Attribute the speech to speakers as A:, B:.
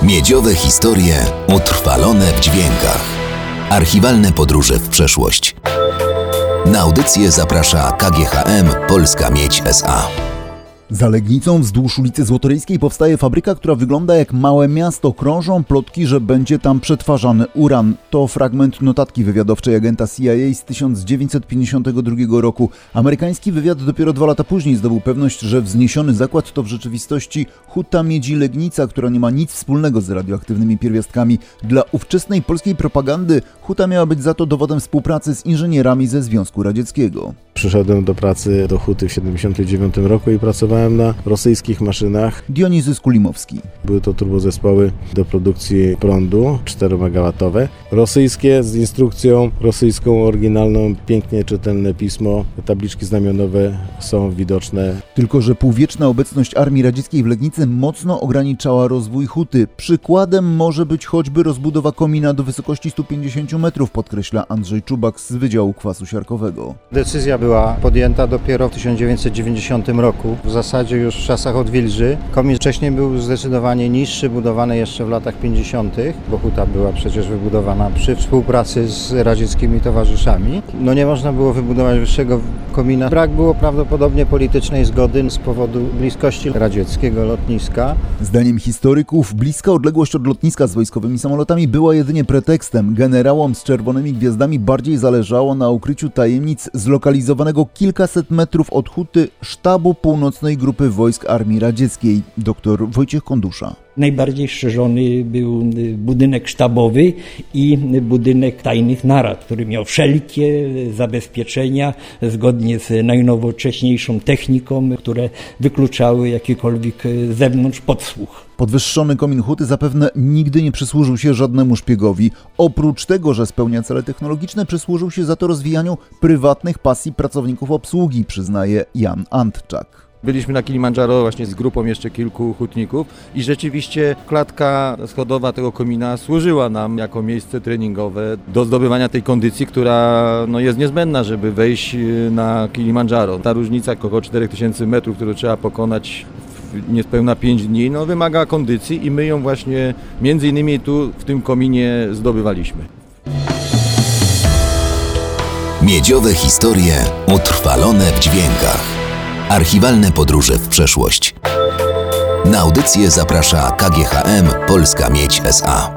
A: Miedziowe historie utrwalone w dźwiękach. Archiwalne podróże w przeszłość. Na audycję zaprasza KGHM Polska Miedź S.A.
B: Za Legnicą wzdłuż ulicy Złotoryjskiej powstaje fabryka, która wygląda jak małe miasto. Krążą plotki, że będzie tam przetwarzany uran. To fragment notatki wywiadowczej agenta CIA z 1952 roku. Amerykański wywiad dopiero 2 lata później zdobył pewność, że wzniesiony zakład to w rzeczywistości huta miedzi Legnica, która nie ma nic wspólnego z radioaktywnymi pierwiastkami. Dla ówczesnej polskiej propagandy huta miała być za to dowodem współpracy z inżynierami ze Związku Radzieckiego.
C: Przyszedłem do pracy do huty w 1979 roku i pracowałem na rosyjskich maszynach.
B: Dionizys Kulimowski.
C: Były to turbozespoły do produkcji prądu 4 MW. Rosyjskie z instrukcją rosyjską, oryginalną, pięknie czytelne pismo. Tabliczki znamionowe są widoczne.
B: Tylko że półwieczna obecność armii radzieckiej w Legnicy mocno ograniczała rozwój huty. Przykładem może być choćby rozbudowa komina do wysokości 150 metrów, podkreśla Andrzej Czubak z Wydziału Kwasu Siarkowego.
D: Decyzja była podjęta dopiero w 1990 roku, w zasadzie już w czasach odwilży. Komin wcześniej był zdecydowanie niższy, budowany jeszcze w latach 50., bo huta była przecież wybudowana przy współpracy z radzieckimi towarzyszami. Nie można było wybudować wyższego komina. Brak było prawdopodobnie politycznej zgody z powodu bliskości radzieckiego lotniska.
B: Zdaniem historyków bliska odległość od lotniska z wojskowymi samolotami była jedynie pretekstem. Generałom z czerwonymi gwiazdami bardziej zależało na ukryciu tajemnic zlokalizowanego kilkaset metrów od huty sztabu północnej grupy wojsk armii radzieckiej. Dr Wojciech Kondusza.
E: Najbardziej strzeżony był budynek sztabowy i budynek tajnych narad, który miał wszelkie zabezpieczenia zgodnie z najnowocześniejszą techniką, które wykluczały jakikolwiek z zewnątrz podsłuch.
B: Podwyższony komin huty zapewne nigdy nie przysłużył się żadnemu szpiegowi. Oprócz tego, że spełnia cele technologiczne, przysłużył się za to rozwijaniu prywatnych pasji pracowników obsługi, przyznaje Jan Antczak.
F: Byliśmy na Kilimandżaro właśnie z grupą jeszcze kilku hutników i rzeczywiście klatka schodowa tego komina służyła nam jako miejsce treningowe do zdobywania tej kondycji, która jest niezbędna, żeby wejść na Kilimandżaro. Ta różnica około 4000 metrów, którą trzeba pokonać w niespełna 5 dni, wymaga kondycji i my ją właśnie między innymi tu w tym kominie zdobywaliśmy.
A: Miedziowe historie utrwalone w dźwiękach. Archiwalne podróże w przeszłość. Na audycję zaprasza KGHM Polska Miedź S.A.